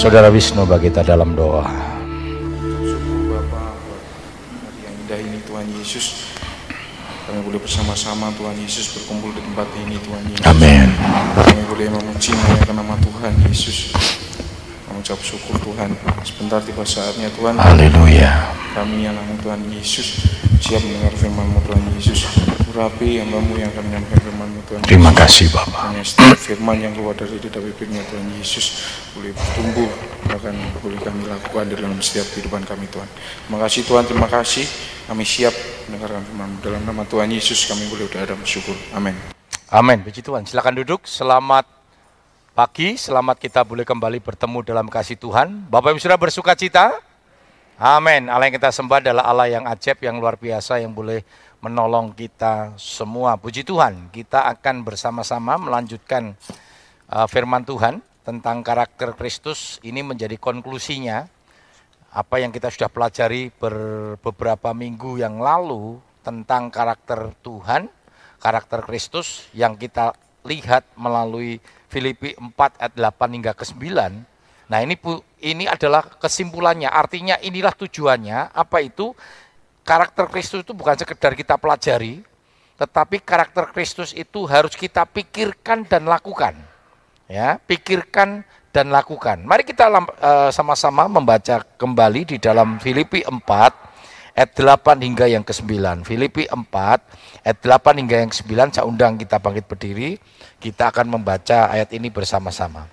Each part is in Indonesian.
Saudara Wisnu bagi kita dalam doa. Syukur Bapa buat hari yang indah ini Tuhan Yesus. Kami boleh bersama-sama Tuhan Yesus berkumpul di tempat ini Tuhan Yesus. Amin. Kami boleh memuji memuliakan nama Tuhan Yesus. Mengucap syukur Tuhan. Sebentar tiba saatnya Tuhan. Haleluya. Kami yang nama Tuhan Yesus siap mendengar firman-Mu Tuhan Yesus. Urapi hamba-Mu yang akan menyampaikan firman-Mu Tuhan Yesus. Terima kasih Bapak. Hanya setiap firman yang keluar dari lidah bibirnya Tuhan Yesus boleh bertumbuh, bahkan boleh kami lakukan di dalam setiap kehidupan kami Tuhan. Terima kasih Tuhan, terima kasih. Kami siap mendengarkan firman-Mu. Dalam nama Tuhan Yesus kami boleh berdoa dan bersyukur. Amin. Amin. Puji Tuhan. Silakan duduk. Selamat pagi. Selamat kita boleh kembali bertemu dalam kasih Tuhan. Bapak Ibu sudah bersuka cita? Amin. Allah yang kita sembah adalah Allah yang ajaib, yang luar biasa, yang boleh menolong kita semua. Puji Tuhan, kita akan bersama-sama melanjutkan firman Tuhan tentang karakter Kristus. Ini menjadi konklusinya apa yang kita sudah pelajari beberapa minggu yang lalu tentang karakter Tuhan, karakter Kristus yang kita lihat melalui Filipi 4 ayat 8 hingga ke 9. Nah ini adalah kesimpulannya, artinya inilah tujuannya. Apa itu? Karakter Kristus itu bukan sekedar kita pelajari, tetapi karakter Kristus itu harus kita pikirkan dan lakukan. Ya, pikirkan dan lakukan. Mari kita sama-sama membaca kembali di dalam Filipi 4 ayat 8 hingga yang ke-9. Filipi 4 ayat 8 hingga yang ke-9, saya undang kita bangkit berdiri. Kita akan membaca ayat ini bersama-sama.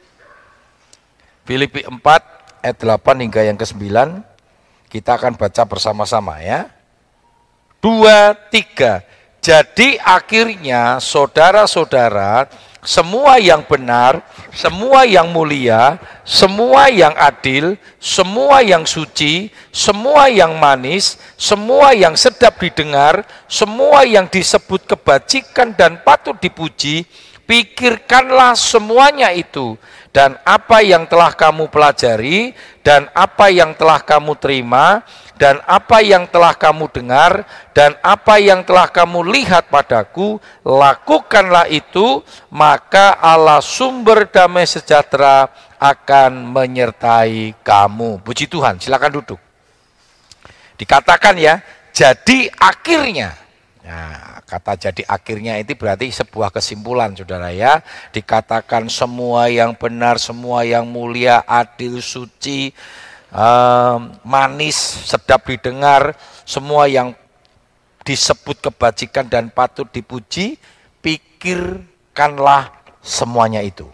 Filipi 4 ayat 8 hingga yang ke-9, kita akan baca bersama-sama ya. 2, 3. Jadi akhirnya saudara-saudara, semua yang benar, semua yang mulia, semua yang adil, semua yang suci, semua yang manis, semua yang sedap didengar, semua yang disebut kebajikan dan patut dipuji, pikirkanlah semuanya itu. Dan apa yang telah kamu pelajari, dan apa yang telah kamu terima, dan apa yang telah kamu dengar, dan apa yang telah kamu lihat padaku, lakukanlah itu, maka Allah sumber damai sejahtera akan menyertai kamu. Puji Tuhan, silakan duduk. Dikatakan ya, jadi akhirnya. Nah, kata jadi akhirnya itu berarti sebuah kesimpulan saudara ya. Dikatakan semua yang benar, semua yang mulia, adil, suci, manis, sedap didengar, semua yang disebut kebajikan dan patut dipuji, pikirkanlah semuanya itu.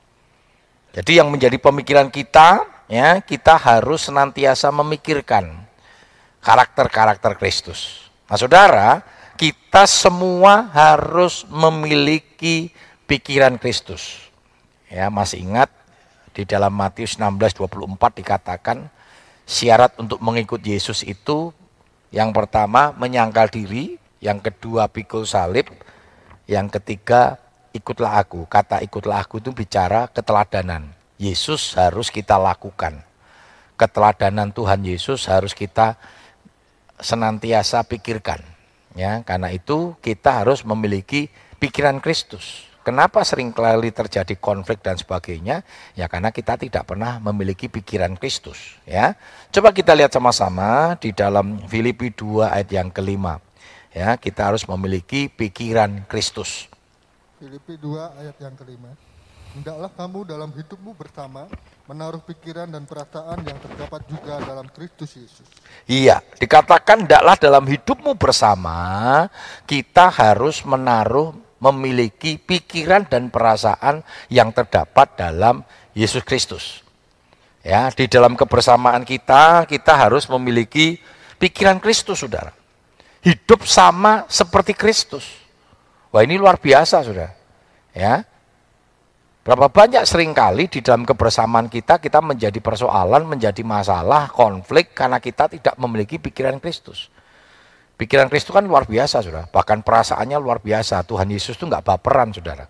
Jadi yang menjadi pemikiran kita, ya, kita harus senantiasa memikirkan karakter-karakter Kristus. Nah saudara, kita semua harus memiliki pikiran Kristus. Ya, masih ingat di dalam Matius 16:24 dikatakan syarat untuk mengikut Yesus itu yang pertama menyangkal diri, yang kedua pikul salib, yang ketiga ikutlah aku. Kata ikutlah aku itu bicara keteladanan. Yesus harus kita lakukan. Keteladanan Tuhan Yesus harus kita senantiasa pikirkan. Ya, karena itu kita harus memiliki pikiran Kristus. Kenapa seringkali terjadi konflik dan sebagainya? Ya karena kita tidak pernah memiliki pikiran Kristus. Ya, coba kita lihat sama-sama di dalam Filipi 2 ayat yang ke-5. Ya, kita harus memiliki pikiran Kristus. Filipi 2 ayat yang ke-5. Hendaklah kamu dalam hidupmu bersama menaruh pikiran dan perasaan yang terdapat juga dalam Kristus Yesus. Iya, dikatakan hendaklah dalam hidupmu bersama, kita harus memiliki pikiran dan perasaan yang terdapat dalam Yesus Kristus. Ya, di dalam kebersamaan kita harus memiliki pikiran Kristus, saudara. Hidup sama seperti Kristus. Wah, ini luar biasa, saudara. Ya. Berapa banyak seringkali di dalam kebersamaan kita menjadi persoalan, menjadi masalah, konflik karena kita tidak memiliki pikiran Kristus. Pikiran Kristus kan luar biasa, saudara. Bahkan perasaannya luar biasa. Tuhan Yesus itu nggak baperan, saudara.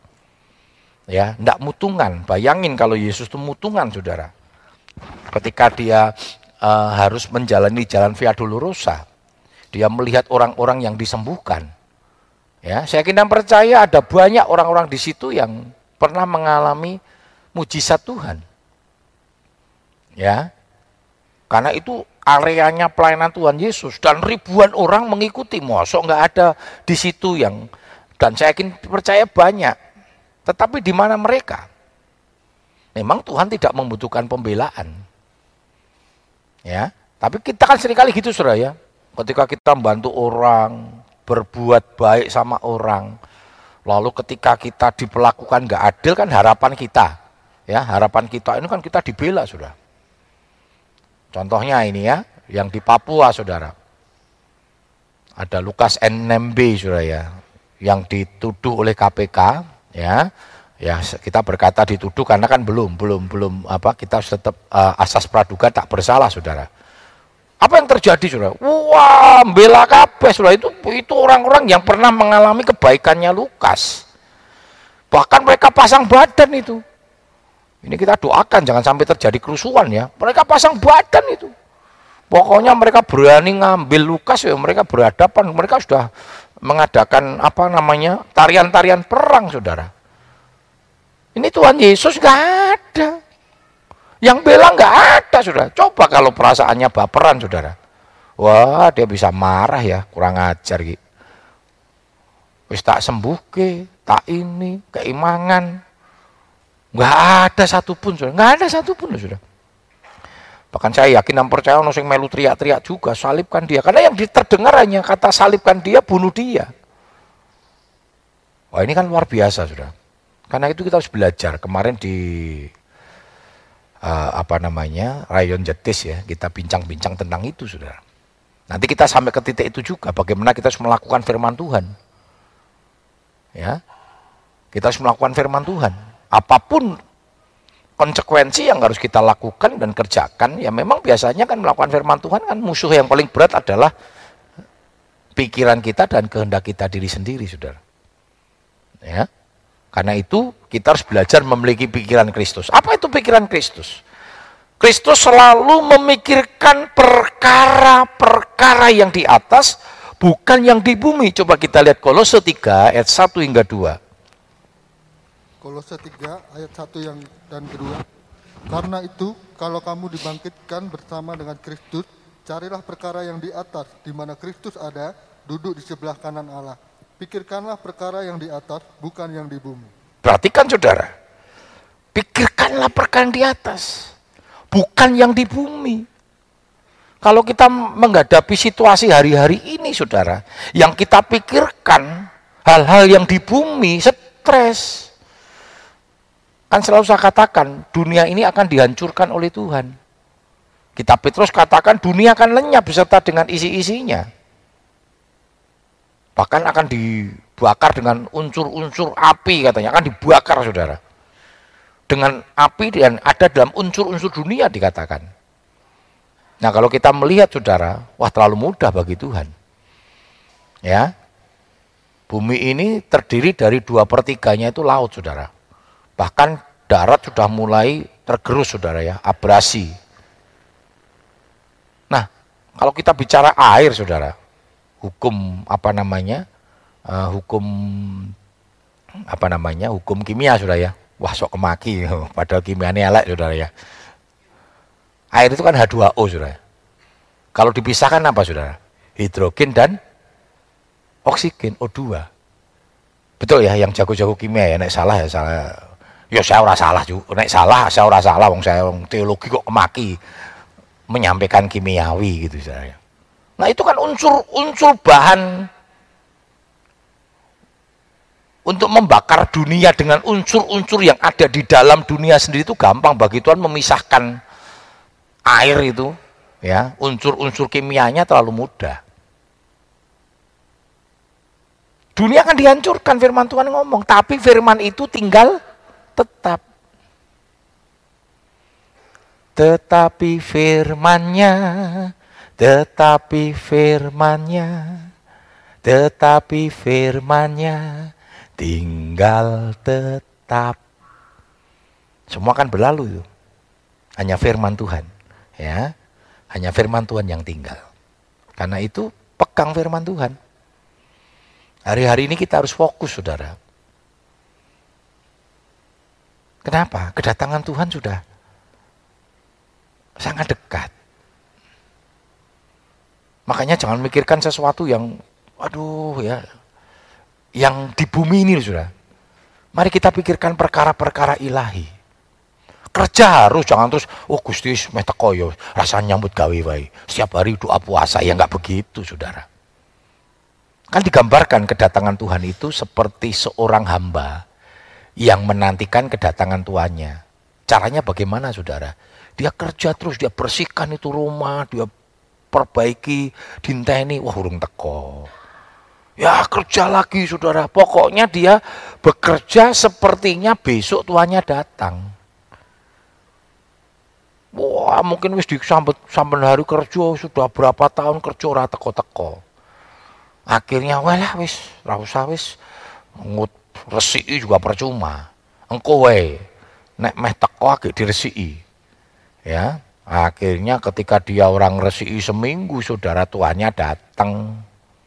Ya, nggak mutungan. Bayangin kalau Yesus itu mutungan, saudara. Ketika dia harus menjalani jalan Via Dolorosa, dia melihat orang-orang yang disembuhkan. Ya, saya yakin dan percaya ada banyak orang-orang di situ yang pernah mengalami mujizat Tuhan. Ya. Karena itu areanya pelayanan Tuhan Yesus dan ribuan orang mengikuti. Mosok nggak ada di situ yang, dan saya yakin percaya banyak. Tetapi di mana mereka? Memang Tuhan tidak membutuhkan pembelaan. Ya, tapi kita kan seringkali gitu saudara ya. Ketika kita membantu orang, berbuat baik sama orang, lalu ketika kita diperlakukan nggak adil kan harapan kita, ya harapan kita ini kan kita dibela saudara. Contohnya ini ya, yang di Papua saudara, ada Lukas NMB saudara ya, yang dituduh oleh KPK, ya kita berkata dituduh karena kan belum kita tetap asas praduga tak bersalah saudara. Apa yang terjadi saudara? Wah, bela kabeh saudara, itu orang-orang yang pernah mengalami kebaikannya Lukas. Bahkan mereka pasang badan itu. Ini kita doakan jangan sampai terjadi kerusuhan ya. Mereka pasang badan itu. Pokoknya mereka berani ngambil Lukas ya, mereka berhadapan, mereka sudah mengadakan tarian-tarian perang saudara. Ini Tuhan Yesus nggak ada. Yang bela nggak ada saudara. Coba kalau perasaannya baperan saudara. Wah, dia bisa marah ya, kurang ajar gitu. Wis tak sembuh ke, tak ini, keimangan. Nggak ada satupun saudara, nggak ada satupun saudara. Bahkan saya yakin dan percaya ono sing melu teriak-teriak juga, salibkan dia. Karena yang terdengar hanya kata salibkan dia, bunuh dia. Wah, ini kan luar biasa saudara. Karena itu kita harus belajar. Kemarin di Rayon Jetis ya, kita bincang-bincang tentang itu saudara. Nanti kita sampai ke titik itu juga, bagaimana kita harus melakukan firman Tuhan. Ya, kita harus melakukan firman Tuhan. Apapun konsekuensi yang harus kita lakukan dan kerjakan, ya memang biasanya kan melakukan firman Tuhan kan musuh yang paling berat adalah pikiran kita dan kehendak kita diri sendiri saudara. Ya. Karena itu kita harus belajar memiliki pikiran Kristus. Apa itu pikiran Kristus? Kristus selalu memikirkan perkara-perkara yang di atas, bukan yang di bumi. Coba kita lihat Kolose 3 ayat 1 hingga 2. Kolose 3 ayat 1 dan kedua. Karena itu, kalau kamu dibangkitkan bersama dengan Kristus, carilah perkara yang di atas, di mana Kristus ada, duduk di sebelah kanan Allah. Pikirkanlah perkara yang di atas, bukan yang di bumi. Perhatikan saudara, pikirkanlah perkara yang di atas, bukan yang di bumi. Kalau kita menghadapi situasi hari-hari ini saudara, yang kita pikirkan hal-hal yang di bumi, stres. Kan selalu saya katakan, dunia ini akan dihancurkan oleh Tuhan. Kitab Petrus katakan dunia akan lenyap beserta dengan isi-isinya. Bahkan akan dibakar dengan unsur-unsur api katanya, akan dibakar saudara. Dengan api dan ada dalam unsur-unsur dunia dikatakan. Nah kalau kita melihat saudara, wah terlalu mudah bagi Tuhan. Ya, bumi ini terdiri dari 2/3 itu laut saudara. Bahkan darat sudah mulai tergerus saudara ya, abrasi. Nah kalau kita bicara air saudara, hukum hukum kimia saudara ya. Wah sok kemaki, padahal kimianya elek saudara ya. Air itu kan H2O saudara. Kalau dipisahkan apa saudara? Hidrogen dan oksigen O2. Betul ya, yang jago-jago kimia ya, nek salah ya salah. Ya saya ora salah juga, nek salah saya ora salah, saya teologi kok kemaki menyampaikan kimiawi gitu saudara. Nah itu kan unsur bahan untuk membakar dunia dengan unsur-unsur yang ada di dalam dunia sendiri itu gampang bagi Tuhan memisahkan air itu ya, unsur-unsur kimianya terlalu mudah. Dunia akan dihancurkan, firman Tuhan ngomong, tapi firman itu tinggal tetap. Tetapi firman-Nya tinggal tetap. Semua akan berlalu itu. Hanya firman Tuhan, ya. Hanya firman Tuhan yang tinggal. Karena itu pegang firman Tuhan. Hari-hari ini kita harus fokus, saudara. Kenapa? Kedatangan Tuhan sudah sangat dekat. Makanya jangan mikirkan sesuatu yang, aduh ya, yang di bumi ini sudah. Mari kita pikirkan perkara-perkara ilahi. Kerja harus, jangan terus, oh Gusti meh teko yo, rasanya nyambut gawe wae. Setiap hari doa puasa, ya enggak begitu, Saudara. Kan digambarkan kedatangan Tuhan itu seperti seorang hamba yang menantikan kedatangan tuannya. Caranya bagaimana, Saudara? Dia kerja terus, dia bersihkan itu rumah, dia perbaiki, dinteni, wah urung teko. Ya kerja lagi, Saudara. Pokoknya dia bekerja sepertinya besok tuannya datang. Wah mungkin wis disambut sampai hari kerja, sudah berapa tahun kerja ora teko-teko. Akhirnya walah wis, ora usah wis ngut resiki juga percuma. Engko wae nek meh teko agek diresiki. Ya, akhirnya ketika dia orang resiki seminggu, Saudara, tuannya datang.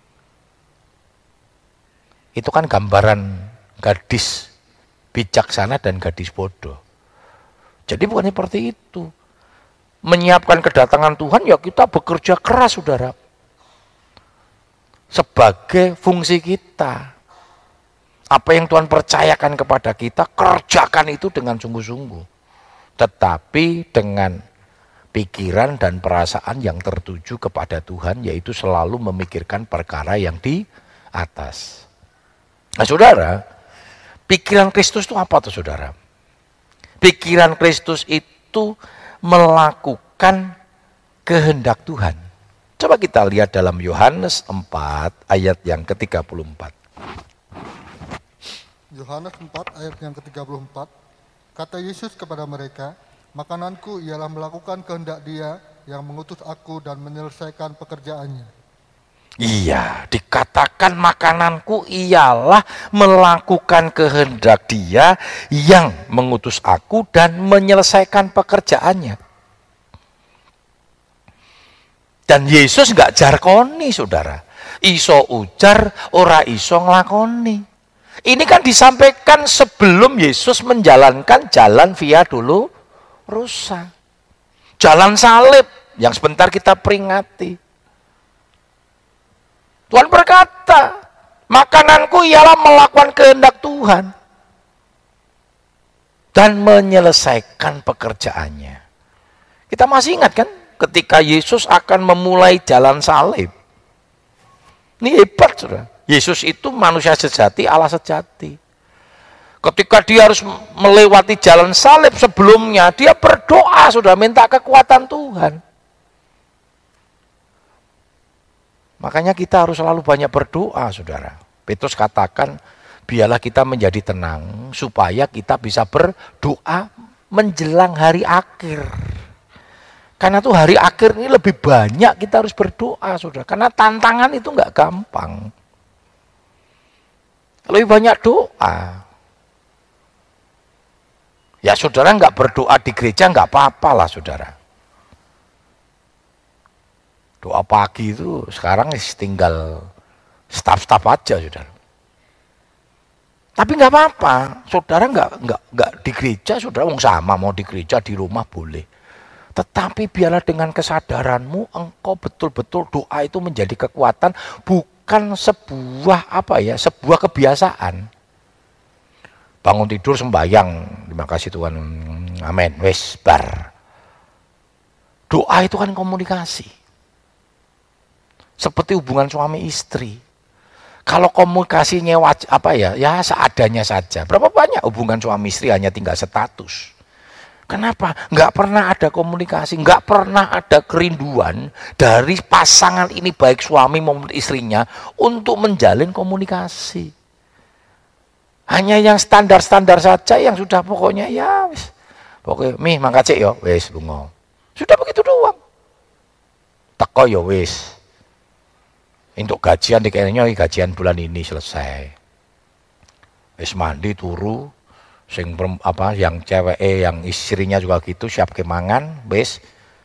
Itu kan gambaran gadis bijaksana dan gadis bodoh. Jadi bukan seperti itu. Menyiapkan kedatangan Tuhan ya kita bekerja keras, Saudara. Sebagai fungsi kita. Apa yang Tuhan percayakan kepada kita, kerjakan itu dengan sungguh-sungguh. Tetapi dengan pikiran dan perasaan yang tertuju kepada Tuhan, yaitu selalu memikirkan perkara yang di atas. Nah, Saudara, pikiran Kristus itu apa tuh, Saudara? Pikiran Kristus itu melakukan kehendak Tuhan. Coba kita lihat dalam Yohanes 4 ayat yang ke-34. Yohanes 4 ayat yang ke-34. Kata Yesus kepada mereka, makananku ialah melakukan kehendak Dia yang mengutus aku dan menyelesaikan pekerjaannya. Iya, dikatakan makananku ialah melakukan kehendak Dia yang mengutus aku dan menyelesaikan pekerjaannya. Dan Yesus enggak jarkoni, Saudara. Iso ujar, ora iso nglakoni. Ini kan disampaikan sebelum Yesus menjalankan jalan Via Dolorosa. Jalan salib yang sebentar kita peringati. Tuhan berkata, makananku ialah melakukan kehendak Tuhan dan menyelesaikan pekerjaannya. Kita masih ingat kan ketika Yesus akan memulai jalan salib. Ini hebat, Saudara. Yesus itu manusia sejati, Allah sejati. Ketika dia harus melewati jalan salib sebelumnya, dia berdoa, sudah minta kekuatan Tuhan. Makanya kita harus selalu banyak berdoa, Saudara. Petrus katakan, biarlah kita menjadi tenang, supaya kita bisa berdoa menjelang hari akhir. Karena tuh hari akhir ini lebih banyak kita harus berdoa, Saudara. Karena tantangan itu nggak gampang. Lebih banyak doa. Ya Saudara nggak berdoa di gereja nggak apa-apa lah, Saudara. Doa pagi itu sekarang tinggal staf-staf aja, Saudara. Tapi nggak apa-apa, Saudara nggak di gereja, Saudara wong sama mau di gereja di rumah boleh. Tetapi biarlah dengan kesadaranmu engkau betul-betul doa itu menjadi kekuatan, bukan sebuah sebuah kebiasaan. Bangun tidur sembahyang, terima kasih Tuhan, amin, wes bar. Doa itu kan komunikasi. Seperti hubungan suami istri. Kalau komunikasinya ya seadanya saja. Berapa banyak hubungan suami istri hanya tinggal status. Kenapa? Nggak pernah ada komunikasi, nggak pernah ada kerinduan dari pasangan ini baik suami maupun istrinya untuk menjalin komunikasi. Hanya yang standar-standar saja yang sudah pokoknya ya wis. Pokoknya mangkat cek ya wis lunga. Sudah begitu doang. Teko ya wis. Untuk gajian dikayaknya gajian bulan ini selesai. Wis mandi turu, yang cewek yang istrinya juga gitu siap kemangan, wis,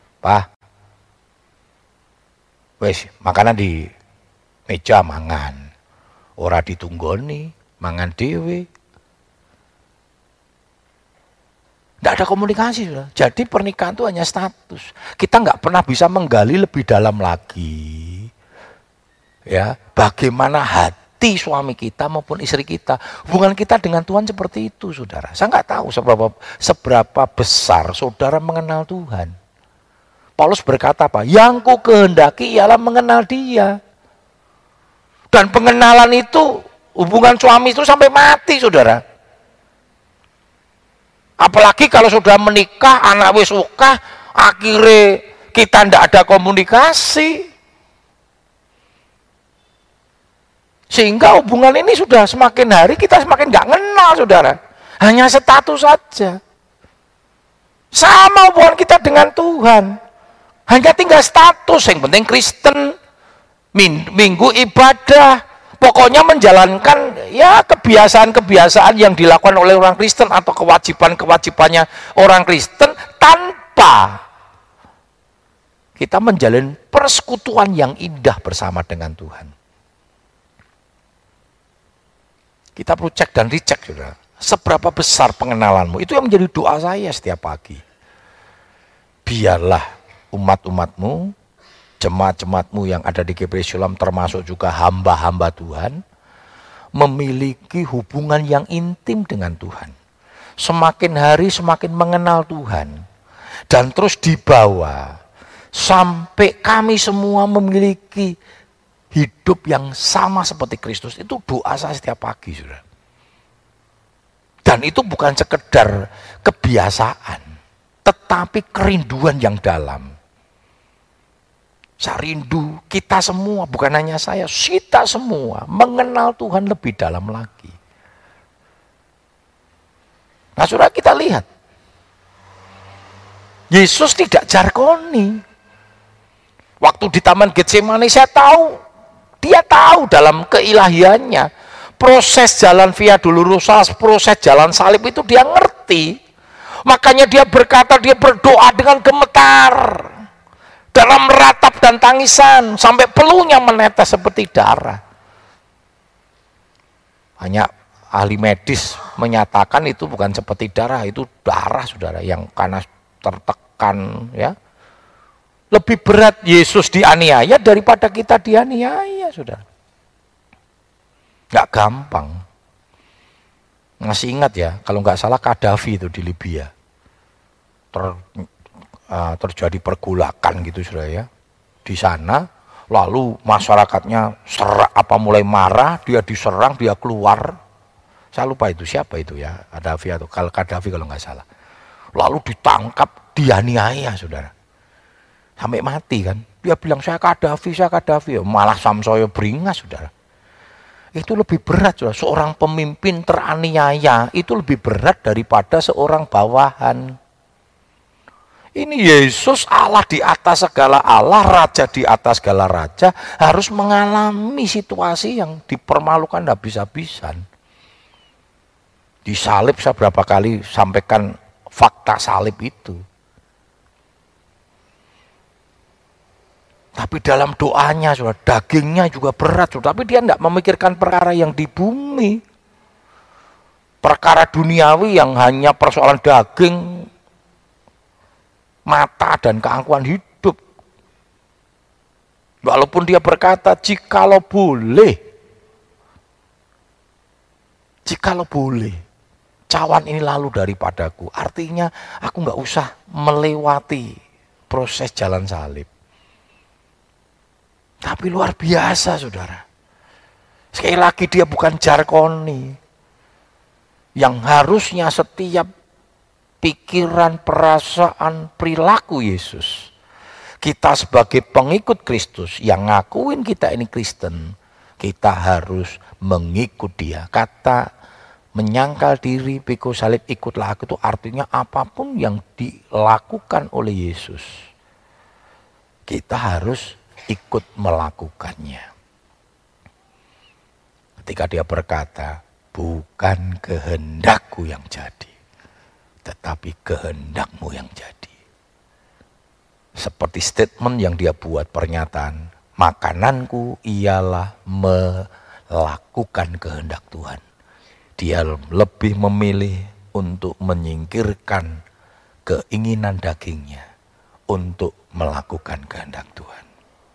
wis makanan di meja mangan, ora ditunggoni, mangan dhewe. Tidak ada komunikasi, saudara. Jadi pernikahan itu hanya status. Kita nggak pernah bisa menggali lebih dalam lagi. Ya, bagaimana hati suami kita maupun istri kita, hubungan kita dengan Tuhan seperti itu, saudara. Saya nggak tahu seberapa besar saudara mengenal Tuhan. Paulus berkata apa? Yang ku kehendaki ialah mengenal Dia. Dan pengenalan itu, hubungan suami itu sampai mati, saudara. Apalagi kalau sudah menikah, anak wis suka, akhirnya kita tidak ada komunikasi. Sehingga hubungan ini sudah semakin hari kita semakin nggak kenal, saudara. Hanya status saja. Sama hubungan kita dengan Tuhan. Hanya tinggal status, yang penting Kristen, minggu ibadah. Pokoknya menjalankan ya kebiasaan-kebiasaan yang dilakukan oleh orang Kristen atau kewajiban-kewajibannya orang Kristen tanpa kita menjalin persekutuan yang indah bersama dengan Tuhan. Kita perlu cek dan dicek, saudara. Seberapa besar pengenalanmu? Itu yang menjadi doa saya setiap pagi. Biarlah umat-umatmu, jemaat-jemaatmu yang ada di GPI Shalom, termasuk juga hamba-hamba Tuhan, memiliki hubungan yang intim dengan Tuhan. Semakin hari semakin mengenal Tuhan. Dan terus dibawa sampai kami semua memiliki hidup yang sama seperti Kristus. Itu doa saya setiap pagi, saudara. Dan itu bukan sekedar kebiasaan, tetapi kerinduan yang dalam. Saya rindu kita semua, bukan hanya saya, kita semua mengenal Tuhan lebih dalam lagi. Nah, saudara, kita lihat. Yesus tidak jargoni. Waktu di Taman Getsemani saya tahu, dia tahu dalam keilahiannya, proses jalan Via Dolorosa, proses jalan salib itu dia ngerti. Makanya dia berkata, dia berdoa dengan gemetar. Dalam ratap dan tangisan, sampai peluhnya menetes seperti darah. Hanya ahli medis menyatakan itu bukan seperti darah, itu darah, saudara, yang karena tertekan, ya. Lebih berat Yesus dianiaya daripada kita dianiaya, saudara. Nggak gampang. Masih ingat ya, kalau nggak salah Gaddafi itu di Libya. Terjadi pergolakan gitu, saudara, ya. Di sana, lalu masyarakatnya mulai marah, dia diserang, dia keluar. Saya lupa itu siapa itu ya, Gaddafi atau Gaddafi kalau nggak salah. Lalu ditangkap, dianiaya, saudara. Sampai mati kan. Dia bilang saya Gaddafi. Malah samsoyo beringas, saudara. Itu lebih berat, saudara. Seorang pemimpin teraniaya itu lebih berat daripada seorang bawahan. Ini Yesus, Allah di atas segala Allah, Raja di atas segala raja, harus mengalami situasi yang dipermalukan habis-habisan. Disalib, saya berapa kali sampaikan fakta salib itu. Tapi dalam doanya, saudara, dagingnya juga berat, saudara. Tapi dia tidak memikirkan perkara yang di bumi. Perkara duniawi yang hanya persoalan daging, mata dan keangkuhan hidup. Walaupun dia berkata, jikalau boleh, cawan ini lalu daripadaku. Artinya aku nggak usah melewati proses jalan salib. Tapi luar biasa, saudara. Sekali lagi dia bukan jargoni. Yang harusnya setiap pikiran, perasaan, perilaku Yesus. Kita sebagai pengikut Kristus yang ngakuin kita ini Kristen, kita harus mengikut dia. Kata menyangkal diri, pikul salib, ikutlah aku itu artinya apapun yang dilakukan oleh Yesus, kita harus ikut melakukannya. Ketika dia berkata, bukan kehendakku yang jadi, tetapi kehendakmu yang jadi. Seperti statement yang dia buat, pernyataan, makananku ialah melakukan kehendak Tuhan. Dia lebih memilih untuk menyingkirkan keinginan dagingnya untuk melakukan kehendak Tuhan.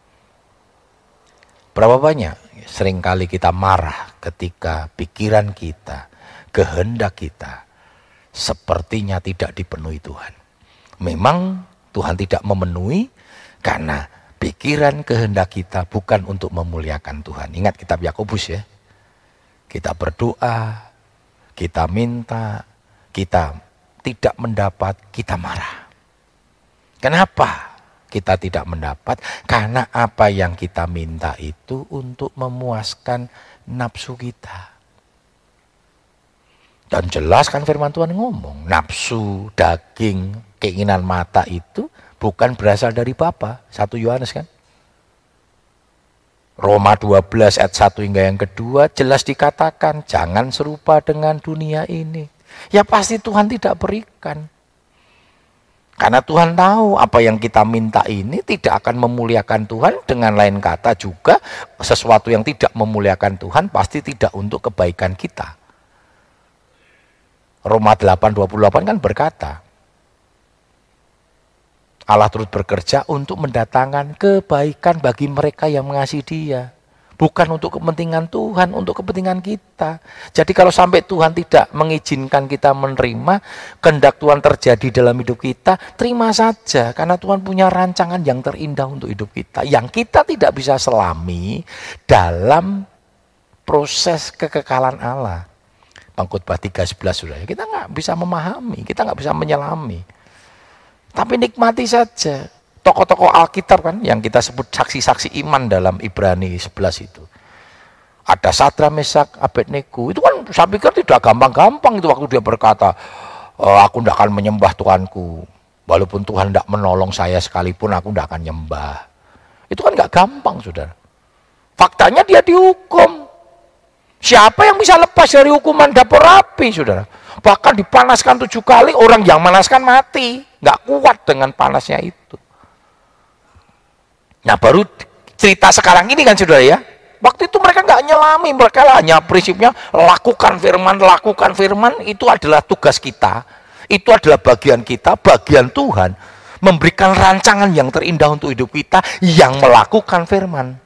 Berapa banyak seringkali kita marah ketika pikiran kita, kehendak kita sepertinya tidak dipenuhi Tuhan. Memang Tuhan tidak memenuhi karena pikiran kehendak kita bukan untuk memuliakan Tuhan. Ingat kitab Yakobus ya. Kita berdoa, kita minta, kita tidak mendapat, kita marah. Kenapa kita tidak mendapat? Karena apa yang kita minta itu untuk memuaskan nafsu kita. Dan jelas kan firman Tuhan ngomong, nafsu, daging, keinginan mata itu bukan berasal dari Bapa. 1 Yohanes kan. Roma 12 ayat 1 hingga yang kedua jelas dikatakan, jangan serupa dengan dunia ini. Ya pasti Tuhan tidak berikan. Karena Tuhan tahu apa yang kita minta ini tidak akan memuliakan Tuhan. Dengan lain kata juga sesuatu yang tidak memuliakan Tuhan pasti tidak untuk kebaikan kita. Roma 8:28 kan berkata, Allah turut bekerja untuk mendatangkan kebaikan bagi mereka yang mengasihi Dia. Bukan untuk kepentingan Tuhan, untuk kepentingan kita. Jadi kalau sampai Tuhan tidak mengizinkan kita menerima kehendak Tuhan terjadi dalam hidup kita, terima saja. Karena Tuhan punya rancangan yang terindah untuk hidup kita. Yang kita tidak bisa selami dalam proses kekekalan Allah. Pengkhotbah 3:11 sudah. Kita nggak bisa memahami, kita nggak bisa menyelami. Tapi nikmati saja. Tokoh-tokoh Alkitab kan yang kita sebut saksi-saksi iman dalam Ibrani 11 itu. Ada Sadra, Mesak, Abednego. Itu kan saya pikir tidak gampang-gampang itu waktu dia berkata, aku tidak akan menyembah Tuhanku. Walaupun Tuhan tidak menolong saya sekalipun aku tidak akan nyembah. Itu kan nggak gampang, saudara. Faktanya dia dihukum. Siapa yang bisa lepas dari hukuman dapur api, saudara? Bahkan dipanaskan 7 kali, orang yang manaskan mati. Nggak kuat dengan panasnya itu. Nah baru cerita sekarang ini kan saudara ya. Waktu itu mereka nggak nyelami, mereka hanya prinsipnya lakukan firman, itu adalah tugas kita. Itu adalah bagian kita, bagian Tuhan. Memberikan rancangan yang terindah untuk hidup kita yang melakukan firman.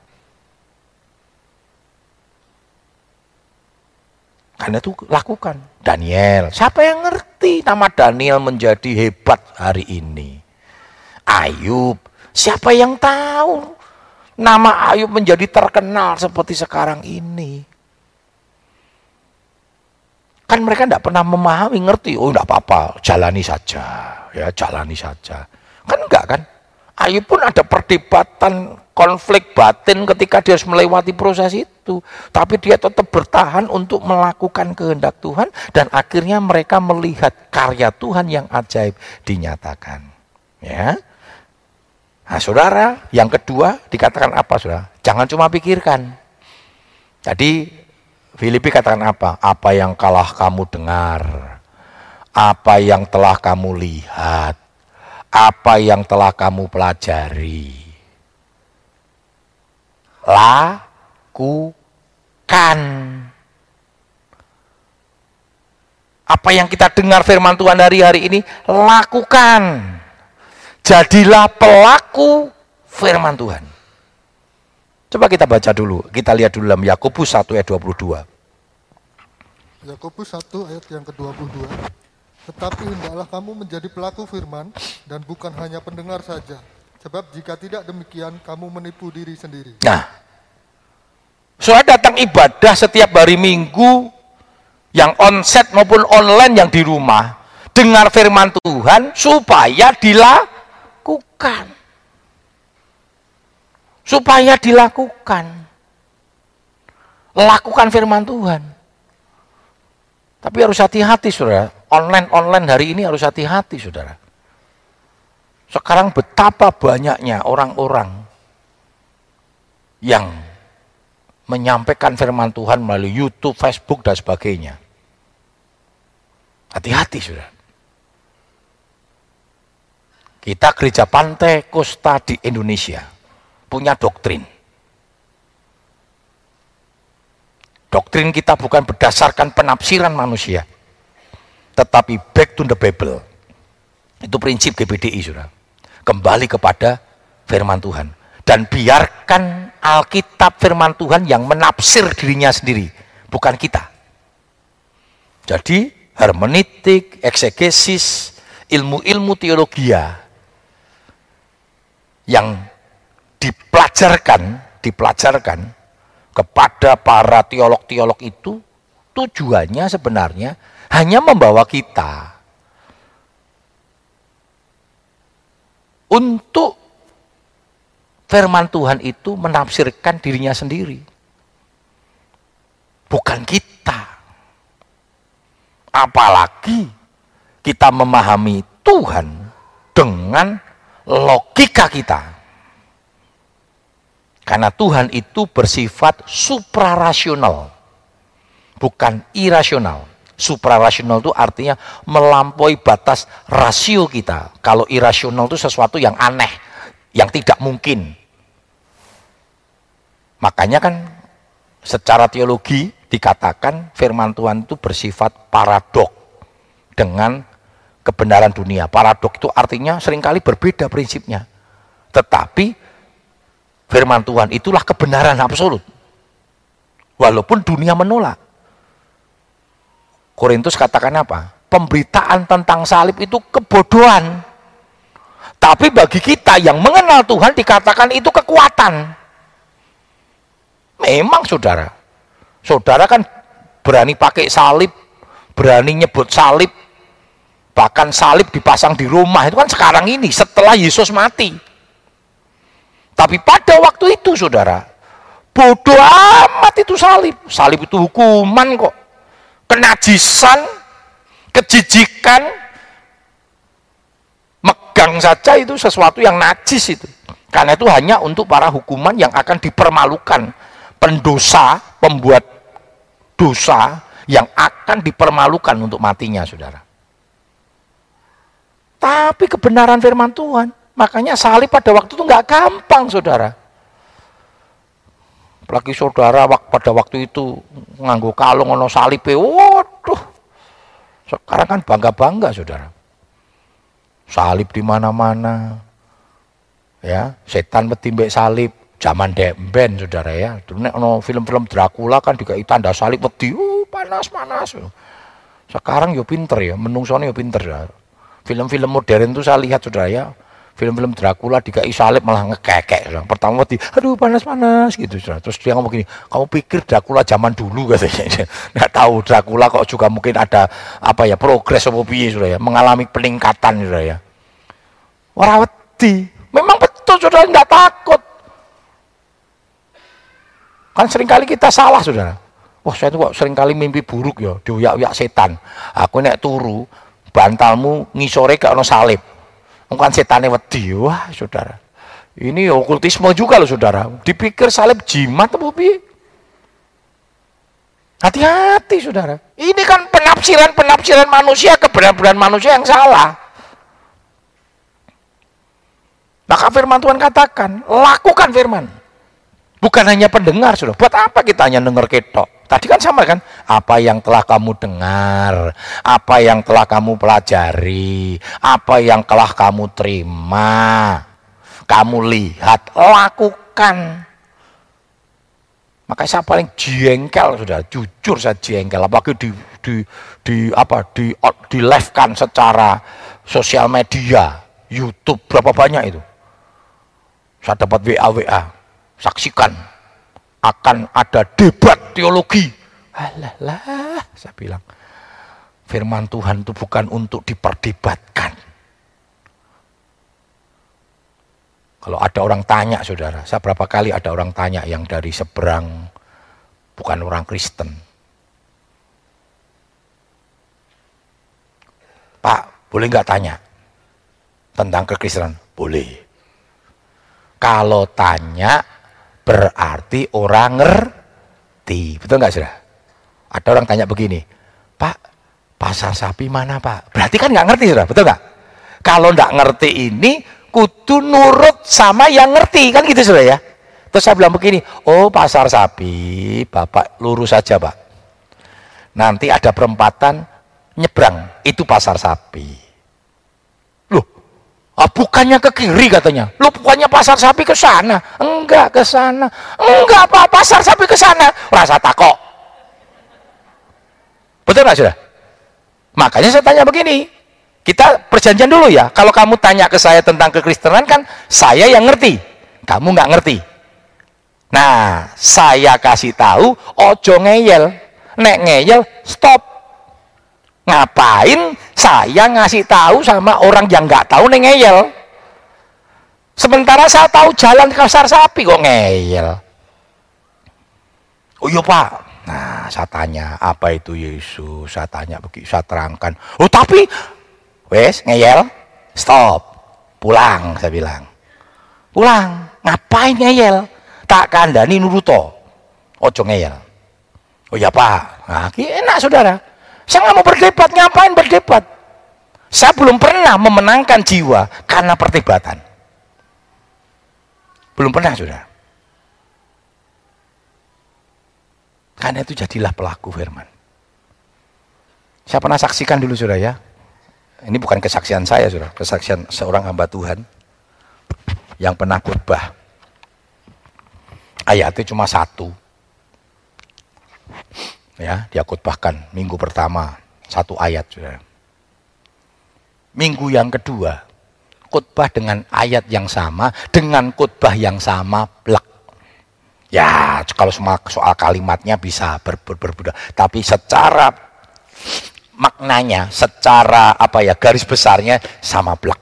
Karena itu lakukan. Daniel, siapa yang ngerti nama Daniel menjadi hebat hari ini? Ayub, siapa yang tahu nama Ayub menjadi terkenal seperti sekarang ini? Kan mereka tidak pernah memahami, ngerti, oh tidak apa-apa, jalani saja, ya jalani saja. Kan enggak kan? Ayub pun ada perdebatan, konflik batin ketika dia harus melewati proses itu. Tapi dia tetap bertahan untuk melakukan kehendak Tuhan dan akhirnya mereka melihat karya Tuhan yang ajaib dinyatakan. Ya. Nah, saudara, yang kedua dikatakan apa, saudara? Jangan cuma pikirkan. Jadi Filipi katakan apa? Apa yang telah kamu dengar, apa yang telah kamu lihat, apa yang telah kamu pelajari, lakukan. Apa yang kita dengar firman Tuhan hari-hari ini, lakukan. Jadilah pelaku firman Tuhan. Coba kita baca dulu, kita lihat dulu dalam Yakobus 1 ayat 22. Yakobus 1 ayat yang ke-22. Tetapi hendaklah kamu menjadi pelaku firman dan bukan hanya pendengar saja. Sebab jika tidak demikian, kamu menipu diri sendiri. Nah, saudara datang ibadah setiap hari Minggu, yang onset maupun online yang di rumah, dengar firman Tuhan supaya dilakukan. Supaya dilakukan. Lakukan firman Tuhan. Tapi harus hati-hati, saudara. Online hari ini harus hati-hati, saudara. Sekarang betapa banyaknya orang-orang yang menyampaikan firman Tuhan melalui YouTube, Facebook, dan sebagainya. Hati-hati, saudara. Kita gereja Pantai Kosta di Indonesia punya doktrin. Doktrin kita bukan berdasarkan penafsiran manusia, tetapi back to the Bible. Itu prinsip GBDI, saudara. Kembali kepada firman Tuhan. Dan biarkan Alkitab firman Tuhan yang menafsir dirinya sendiri, bukan kita. Jadi hermeneutik, eksegesis, ilmu-ilmu teologia yang dipelajarkan kepada para teolog-teolog itu tujuannya sebenarnya hanya membawa kita untuk firman Tuhan itu menafsirkan dirinya sendiri, bukan kita. Apalagi kita memahami Tuhan dengan logika kita. Karena Tuhan itu bersifat suprarasional, bukan irasional. Suprarasional itu artinya melampaui batas rasio kita. Kalau irasional itu sesuatu yang aneh, yang tidak mungkin. Makanya kan secara teologi dikatakan firman Tuhan itu bersifat paradok dengan kebenaran dunia. Paradok itu artinya seringkali berbeda prinsipnya. Tetapi firman Tuhan itulah kebenaran absolut. Walaupun dunia menolak. Korintus katakan apa? Pemberitaan tentang salib itu kebodohan. Tapi bagi kita yang mengenal Tuhan dikatakan itu kekuatan. Memang saudara. Saudara kan berani pakai salib, berani nyebut salib, bahkan salib dipasang di rumah. Itu kan sekarang ini setelah Yesus mati. Tapi pada waktu itu saudara, bodoh amat itu salib. Salib itu hukuman kok. Kenajisan, kejijikan, megang saja itu sesuatu yang najis itu. Karena itu hanya untuk para hukuman yang akan dipermalukan. Pendosa, pembuat dosa yang akan dipermalukan untuk matinya, saudara. Tapi kebenaran firman Tuhan, makanya salib pada waktu itu nggak gampang, saudara. Apalagi saudara pada waktu itu nganggo kalung ono salibe, waduh. Sekarang kan bangga-bangga, saudara. Salib di mana-mana. Ya, setan wedi mbek salib. Zaman demben, saudara ya. Nek ono film-film Dracula kan dikai tanda salib wedi, panas-panas. Sekarang yo pinter ya, menungsone yo pinter ya. Film-film modern itu saya lihat, saudara ya. Film-film Dracula dikai salib malah ngekekek. Pertama wedi, aduh panas-panas gitu, saudara. Terus dia ngomong gini, kamu pikir Dracula zaman dulu katanya. Nggak tahu Dracula kok juga mungkin ada apa ya, progres apa piye, saudara ya, mengalami peningkatan, saudara ya. Ora wedi. Memang betul, saudara, nggak takut. Kan seringkali kita salah, saudara. Wah, saya itu kok seringkali mimpi buruk ya, diuyak-uyak setan. Aku nek turu, bantalmu ngisore gak ono salib. Kan setannya wedi. Wah, saudara. Ini okultisme juga loh, saudara. Dipikir salib jimat apa piye? Hati-hati, saudara. Ini kan penafsiran manusia, kebenaran manusia yang salah. Maka firman Tuhan katakan, lakukan firman. Bukan hanya pendengar, saudara. Buat apa kita hanya dengar ketok? Tadi kan sama kan? Apa yang telah kamu dengar, apa yang telah kamu pelajari, apa yang telah kamu terima, kamu lihat, lakukan. Makanya saya paling jengkel, saudara. Jujur saya jengkel. Apalagi di live-kan secara sosial media, YouTube, berapa banyak itu? Saya dapat WA. Saksikan akan ada debat teologi. Alah, saya bilang firman Tuhan itu bukan untuk diperdebatkan. Kalau ada orang tanya, saudara, saya berapa kali ada orang tanya yang dari seberang, bukan orang Kristen. Pak, boleh nggak tanya tentang kekristenan? Boleh. Kalau tanya berarti orang ngerti, betul nggak, saudara? Ada orang tanya begini, Pak, pasar sapi mana, Pak? Berarti kan nggak ngerti, saudara, betul nggak? Kalau nggak ngerti ini, kudu nurut sama yang ngerti, kan gitu, saudara ya. Terus saya bilang begini, oh pasar sapi, Bapak lurus saja, Pak. Nanti ada perempatan nyebrang, itu pasar sapi. Ah, bukannya ke kiri katanya. Lu bukannya pasar sapi ke sana? Enggak, ke sana. Enggak apa, pasar sapi ke sana. Rasa takok. Betul nggak sudah? Makanya saya tanya begini. Kita perjanjian dulu ya. Kalau kamu tanya ke saya tentang kekristenan kan saya yang ngerti. Kamu nggak ngerti. Nah, saya kasih tahu, ojo ngeyel. Nek ngeyel, stop. Ngapain saya ngasih tahu sama orang yang nggak tahu nek ngeyel? Sementara saya tahu jalan ke pasar sapi kok ngeyel. Oh iya Pak. Nah, saya tanya, apa itu Yesus? Saya tanya begitu, saya terangkan. Oh tapi, wes ngeyel, stop, pulang, saya bilang. Pulang, ngapain ngeyel? Tak kandani nuruto, ojo ngeyel. Oh ya Pak, nah, enak saudara. Saya nggak mau berdebat, ngapain berdebat? Saya belum pernah memenangkan jiwa karena perdebatan. Belum pernah saudara. Karena itu jadilah pelaku firman. Saya pernah saksikan dulu saudara ya. Ini bukan kesaksian saya saudara, kesaksian seorang hamba Tuhan yang pernah khotbah. Ayatnya cuma satu. Ya, dia khotbahkan minggu pertama satu ayat saudara. Minggu yang kedua khotbah dengan ayat yang sama, dengan khotbah yang sama, plek. Ya, kalau soal kalimatnya bisa berbeda, tapi secara maknanya, secara garis besarnya sama plek.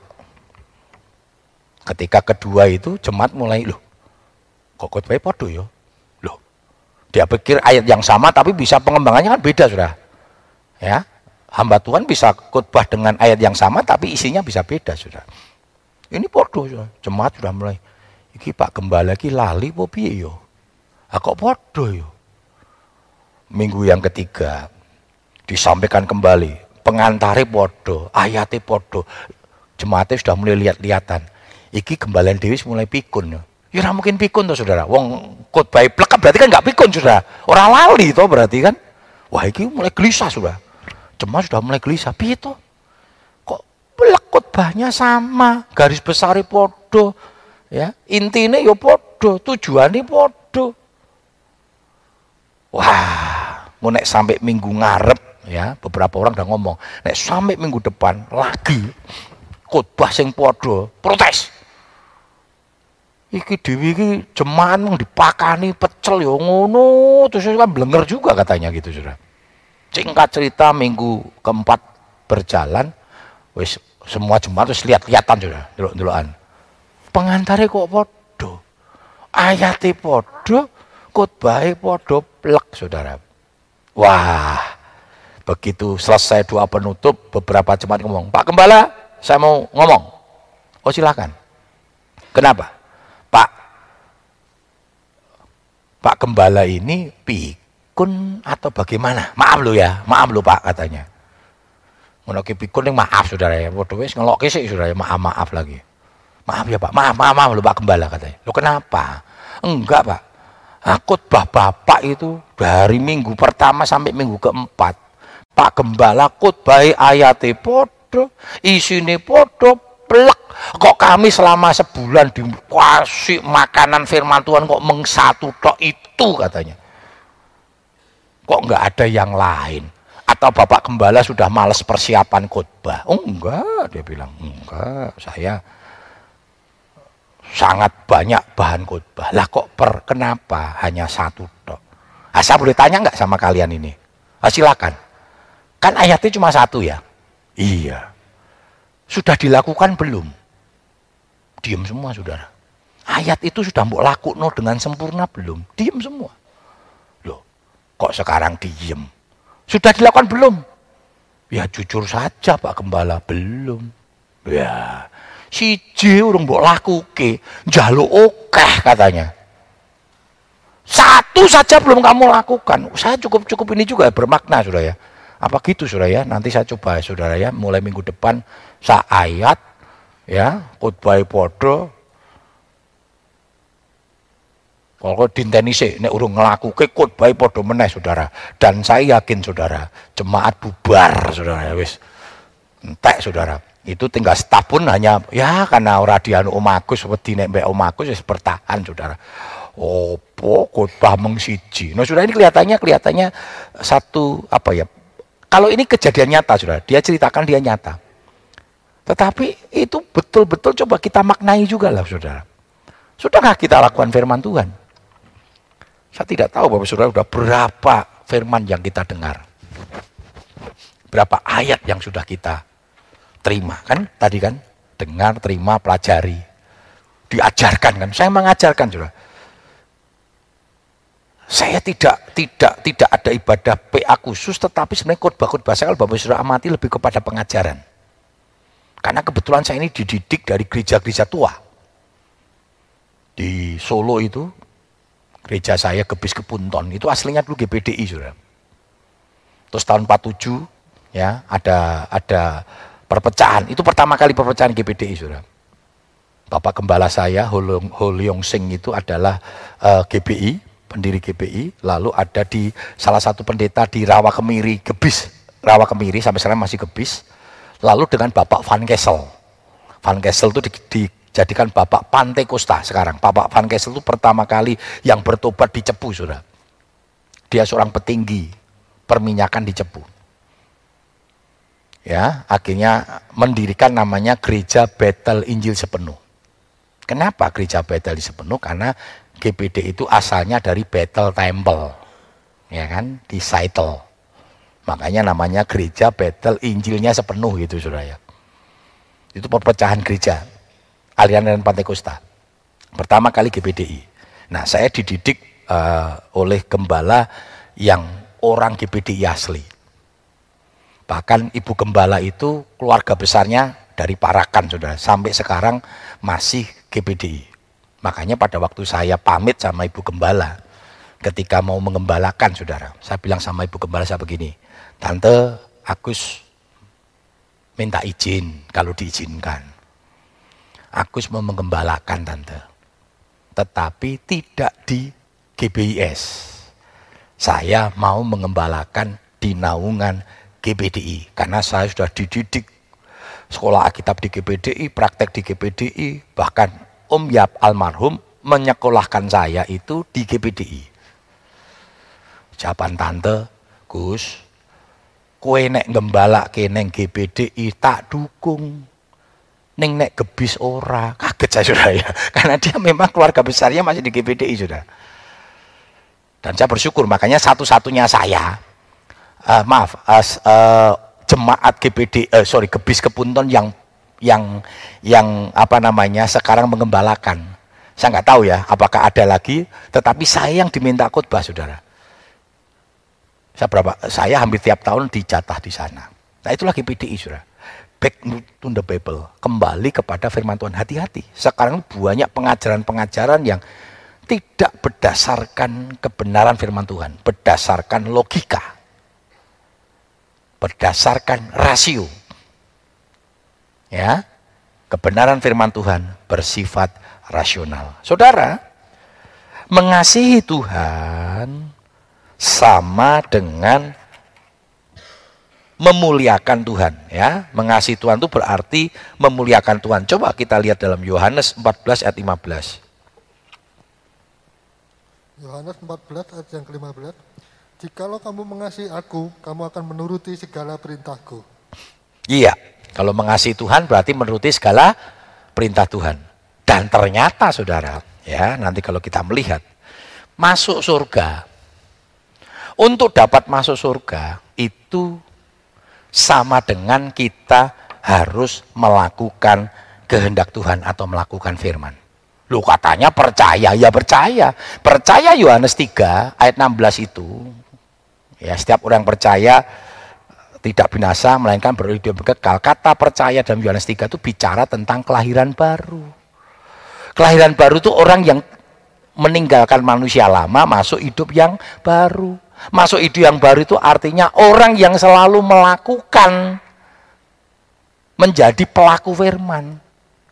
Ketika kedua itu jemaat mulai loh, kok khotbahnya podo ya? Loh, dia pikir ayat yang sama tapi bisa pengembangannya kan beda sudah. Ya, hamba Tuhan bisa khotbah dengan ayat yang sama tapi isinya bisa beda sudah. Ini podo sudah. Jemaat sudah mulai, iki Pak Gembala iki lali apa piye yo? Kok podo yo. Minggu yang ketiga disampaikan kembali, pengantare podo, ayate podo. Jemaatnya sudah mulai lihat-lihatan. Iki Gembalaan Dewi mulai pikun. Ya ora mungkin pikun toh saudara. Wong khotbah plek berarti kan enggak pikun saudara. Ora lali toh berarti kan. Wah iki mulai gelisah saudara. Jemaat sudah mulai gelisah. Piye toh? Kok plek khotbahnya sama, garis besar podo. Ya, intinya yo podo, tujuannya podo. Wah, mau nek sampai minggu ngarep ya, beberapa orang udah ngomong, nek sampai minggu depan lagi khotbah sing podo, protes. Iki dhewe iki jemaat mung dipakani pecel ya ngono, terus kan blenger juga katanya gitu Saudara. Singkat cerita minggu keempat berjalan, wis semua jemaat wis lihat-lihatan Saudara, delok-delokan. Pengantare kok podo. Ayate podo, khotbahe podo plek Saudara. Wah, begitu selesai doa penutup, beberapa jemaat ngomong, Pak Gembala, saya mau ngomong. Oh silakan. Kenapa? Pak Gembala ini pikun atau bagaimana? Maaf lo ya, maaf lo Pak katanya. Ngonoke pikun yang maaf Saudara ya. Waduh wis ngelokke sik Saudara ya, maaf lagi. Maaf ya Pak, maaf lo Pak Gembala katanya. Lo kenapa? Enggak Pak. Khotbah Bapak itu dari minggu pertama sampai minggu keempat. Pak Gembala khotbah ayate podo, isine podo, plek. Kok kami selama sebulan dikasih makanan firman Tuhan kok mengsatu tok itu katanya. Kok enggak ada yang lain? Atau Bapak Gembala sudah malas persiapan khotbah? Oh enggak, dia bilang. Enggak, saya sangat banyak bahan khotbah. Lah kok kenapa hanya satu tok? Saya boleh tanya nggak sama kalian ini? Silakan. Kan ayatnya cuma satu ya? Iya. Sudah dilakukan belum? Diam semua Saudara. Ayat itu sudah mbok lakuno dengan sempurna belum? Diam semua. Loh, kok sekarang diam? Sudah dilakukan belum? Ya jujur saja Pak Gembala, belum. Ya, siji urung mbok lakuke, njaluk akeh katanya. Satu saja belum kamu lakukan. Saya cukup ini juga bermakna Saudara ya. Apa gitu Saudara ya? Nanti saya coba Saudara ya, mulai minggu depan sa ayat ya, khotbah podo. Kalau dinteni sik nek urung nglakuke khotbah podo meneh Saudara. Dan saya yakin Saudara, jemaat bubar Saudara ya wis. Entek Saudara. Itu tinggal staf pun hanya ya karena ora dianu Om Agus wedi nek mbek Om Agus wis bertahan Saudara. Opo khotbah mung siji. Nah Saudara, ini kelihatannya satu apa ya? Kalau ini kejadian nyata Saudara, dia ceritakan dia nyata. Tetapi itu betul-betul coba kita maknai juga lah Saudara. Sudahkah kita lakukan firman Tuhan? Saya tidak tahu Bapak Saudara sudah berapa firman yang kita dengar. Berapa ayat yang sudah kita terima kan tadi kan, dengar, terima, pelajari, diajarkan kan. Saya mengajarkan Saudara. Saya tidak ada ibadah PA khusus, tetapi sebenarnya khotbah-khotbah saya kalau Bapak Saudara amati lebih kepada pengajaran. Karena kebetulan saya ini dididik dari gereja-gereja tua. Di Solo itu gereja saya Gebis Kepunton itu aslinya dulu GPDI Saudara. Terus tahun 47 ya ada perpecahan, itu pertama kali perpecahan GPDI Saudara. Bapak gembala saya Holyong Sing itu adalah GBI, pendiri GBI, lalu ada di salah satu pendeta di Rawa Kemiri, Gebis, Rawa Kemiri sampai sekarang masih Gebis. Lalu dengan Bapak Van Kessel. Van Kessel itu dijadikan Bapak Pantekosta sekarang. Bapak Van Kessel itu pertama kali yang bertobat di Cepu Saudara. Dia seorang petinggi perminyakan di Cepu. Ya, akhirnya mendirikan namanya Gereja Bethel Injil Sepenuh. Kenapa Gereja Bethel Sepenuh? Karena GBD itu asalnya dari Bethel Temple, ya kan, di Seattle. Makanya namanya Gereja Bethel Injilnya Sepenuh gitu Saudara ya. Itu perpecahan gereja aliran Pantekosta. Pertama kali GBDI. Nah, saya dididik oleh gembala yang orang GBDI asli. Bahkan ibu gembala itu keluarga besarnya dari Parakan Saudara, sampai sekarang masih GBDI. Makanya pada waktu saya pamit sama ibu gembala, ketika mau mengembalakan Saudara, saya bilang sama ibu gembala saya begini, Tante, Agus minta izin kalau diizinkan. Agus mau mengembalakan Tante, tetapi tidak di GBIS. Saya mau mengembalakan di naungan GBDI, karena saya sudah dididik sekolah Alkitab di GBDI, praktek di GBDI, bahkan Om Yap almarhum menyekolahkan saya itu di GBDI. Jawaban Tante, Gus, kowe nek ngembalake neng GBDI tak dukung, neng nek Gebis ora. Kaget saya Saudara ya, karena dia memang keluarga besarnya masih di GBDI Saudara. Dan saya bersyukur, makanya satu-satunya saya jemaat Gebis Kepunton yang apa namanya sekarang mengembalakan. Saya nggak tahu ya apakah ada lagi, tetapi saya yang diminta khotbah Saudara. Saya hampir tiap tahun dijatah di sana. Nah itulah GBDI Saudara. Back to the Bible, kembali kepada firman Tuhan. Hati-hati. Sekarang banyak pengajaran-pengajaran yang tidak berdasarkan kebenaran firman Tuhan, berdasarkan logika, berdasarkan rasio. Ya, kebenaran firman Tuhan bersifat rasional. Saudara, mengasihi Tuhan sama dengan memuliakan Tuhan, ya. Mengasihi Tuhan itu berarti memuliakan Tuhan. Coba kita lihat dalam Yohanes 14 ayat 15. Yohanes 14 ayat yang ke-15. Jikalau kamu mengasihi aku, kamu akan menuruti segala perintahku. Iya, kalau mengasihi Tuhan berarti menuruti segala perintah Tuhan. Dan ternyata Saudara, ya, nanti kalau kita melihat masuk surga, untuk dapat masuk surga itu sama dengan kita harus melakukan kehendak Tuhan atau melakukan firman. Loh katanya percaya, ya percaya. Percaya Yohanes 3 ayat 16 itu. Ya, setiap orang percaya tidak binasa melainkan berhidup kekal. Kata percaya dalam Yohanes 3 itu bicara tentang kelahiran baru. Kelahiran baru itu orang yang meninggalkan manusia lama masuk hidup yang baru. Masuk hidup yang baru itu artinya orang yang selalu melakukan, menjadi pelaku firman.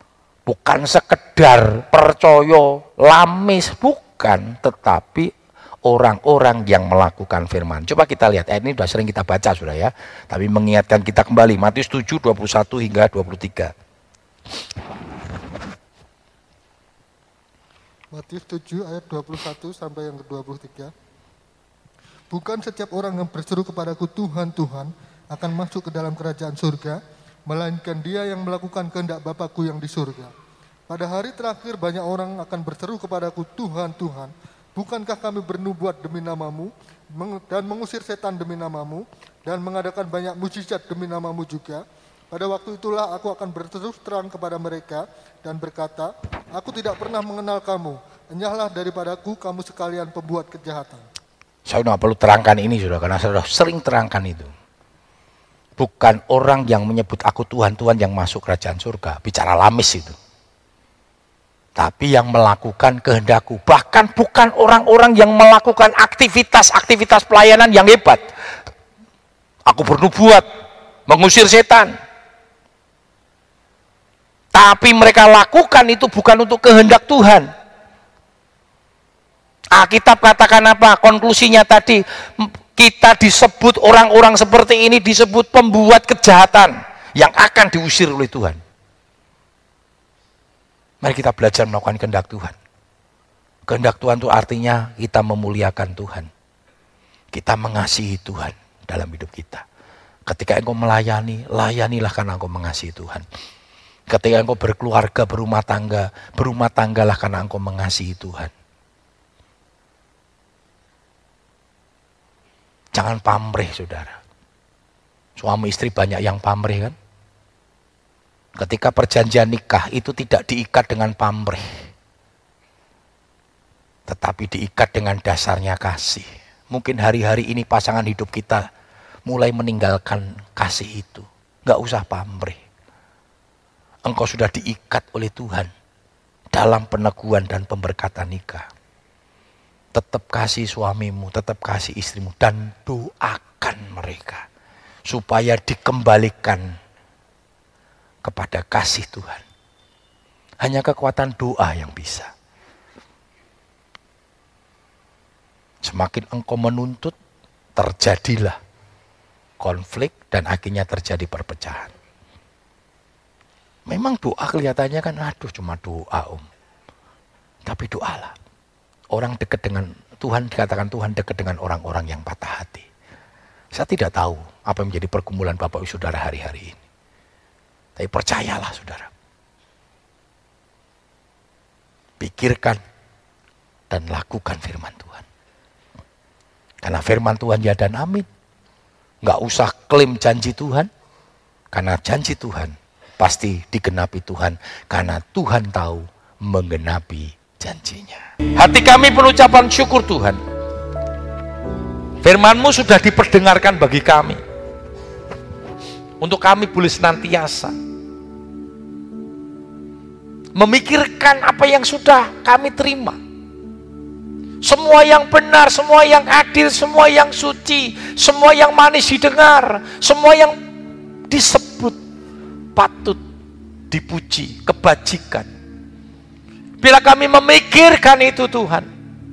Bukan sekedar percaya lamis, bukan, tetapi orang-orang yang melakukan firman. Coba kita lihat, ini sudah sering kita baca sudah ya. Tapi mengingatkan kita kembali, Matius 7, 21 hingga 23. Matius 7 ayat 21 sampai yang ke-23. Bukan setiap orang yang berseru kepadaku Tuhan, Tuhan akan masuk ke dalam kerajaan surga, melainkan dia yang melakukan kehendak Bapakku yang di surga. Pada hari terakhir banyak orang akan berseru kepadaku Tuhan, Tuhan, bukankah kami bernubuat demi namamu dan mengusir setan demi namamu dan mengadakan banyak mujizat demi namamu juga? Pada waktu itulah aku akan berterus terang kepada mereka dan berkata, aku tidak pernah mengenal kamu, enyahlah daripadaku kamu sekalian pembuat kejahatan. Saya tidak perlu terangkan ini sudah, karena saya sudah sering terangkan itu. Bukan orang yang menyebut aku Tuhan, Tuhan yang masuk kerajaan surga, bicara lamis itu. Tapi yang melakukan kehendakku, bahkan bukan orang-orang yang melakukan aktivitas-aktivitas pelayanan yang hebat. Aku bernubuat, mengusir setan. Tapi mereka lakukan itu bukan untuk kehendak Tuhan. Alkitab katakan apa? Konklusinya tadi, kita disebut orang-orang seperti ini disebut pembuat kejahatan yang akan diusir oleh Tuhan. Mari kita belajar melakukan kehendak Tuhan. Kehendak Tuhan itu artinya kita memuliakan Tuhan. Kita mengasihi Tuhan dalam hidup kita. Ketika engkau melayani, layanilah karena engkau mengasihi Tuhan. Ketika engkau berkeluarga, berumah tanggalah karena engkau mengasihi Tuhan. Jangan pamrih, saudara. Suami istri banyak yang pamrih kan? Ketika perjanjian nikah itu tidak diikat dengan pamrih, tetapi diikat dengan dasarnya kasih. Mungkin hari-hari ini pasangan hidup kita mulai meninggalkan kasih itu. Gak usah pamrih. Engkau sudah diikat oleh Tuhan dalam peneguhan dan pemberkatan nikah. Tetap kasih suamimu, tetap kasih istrimu, dan doakan mereka supaya dikembalikan kepada kasih Tuhan. Hanya kekuatan doa yang bisa. Semakin engkau menuntut, terjadilah konflik dan akhirnya terjadi perpecahan. Memang doa kelihatannya kan, aduh cuma doa Tapi doalah. Orang dekat dengan Tuhan, dikatakan Tuhan dekat dengan orang-orang yang patah hati. Saya tidak tahu apa yang menjadi pergumulan Bapak Ibu Saudara hari-hari ini. Tapi percayalah saudara. Pikirkan dan lakukan firman Tuhan. Karena firman Tuhan ya dan amin. Nggak usah klaim janji Tuhan. Karena janji Tuhan pasti digenapi Tuhan. Karena Tuhan tahu menggenapi janjinya. Hati kami penuh ucapan syukur Tuhan. Firman-Mu sudah diperdengarkan bagi kami. Untuk kami boleh senantiasa memikirkan apa yang sudah kami terima. Semua yang benar, semua yang adil, semua yang suci, semua yang manis didengar, semua yang disebut patut dipuji, kebajikan. Bila kami memikirkan itu Tuhan,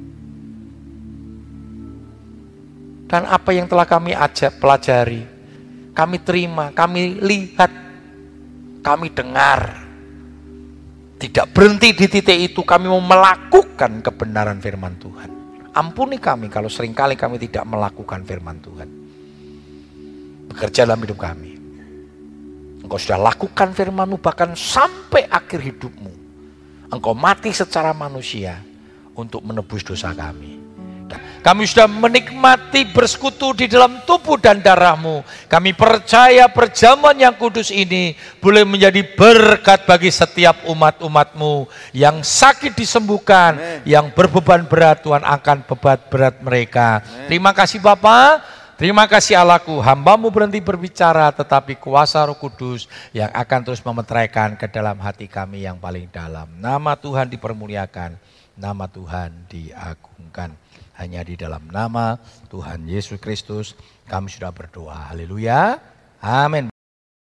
dan apa yang telah kami pelajari, kami terima, kami lihat, kami dengar, tidak berhenti di titik itu, kami mau melakukan kebenaran firman Tuhan. Ampuni kami kalau seringkali kami tidak melakukan firman Tuhan. Bekerja dalam hidup kami. Engkau sudah lakukan firman-Mu bahkan sampai akhir hidupmu. Engkau mati secara manusia untuk menebus dosa kami. Kami sudah menikmati bersekutu di dalam tubuh dan darah-Mu. Kami percaya perjamuan yang kudus ini boleh menjadi berkat bagi setiap umat-umat-Mu. Yang sakit disembuhkan, amen. Yang berbeban berat Tuhan angkat beban berat mereka. Amen. Terima kasih Bapa, terima kasih Allahku. Hamba-Mu berhenti berbicara, tetapi kuasa Roh Kudus yang akan terus memeteraikan ke dalam hati kami yang paling dalam. Nama Tuhan dipermuliakan, nama Tuhan diagungkan. Hanya di dalam nama Tuhan Yesus Kristus kami sudah berdoa. Haleluya. Amin.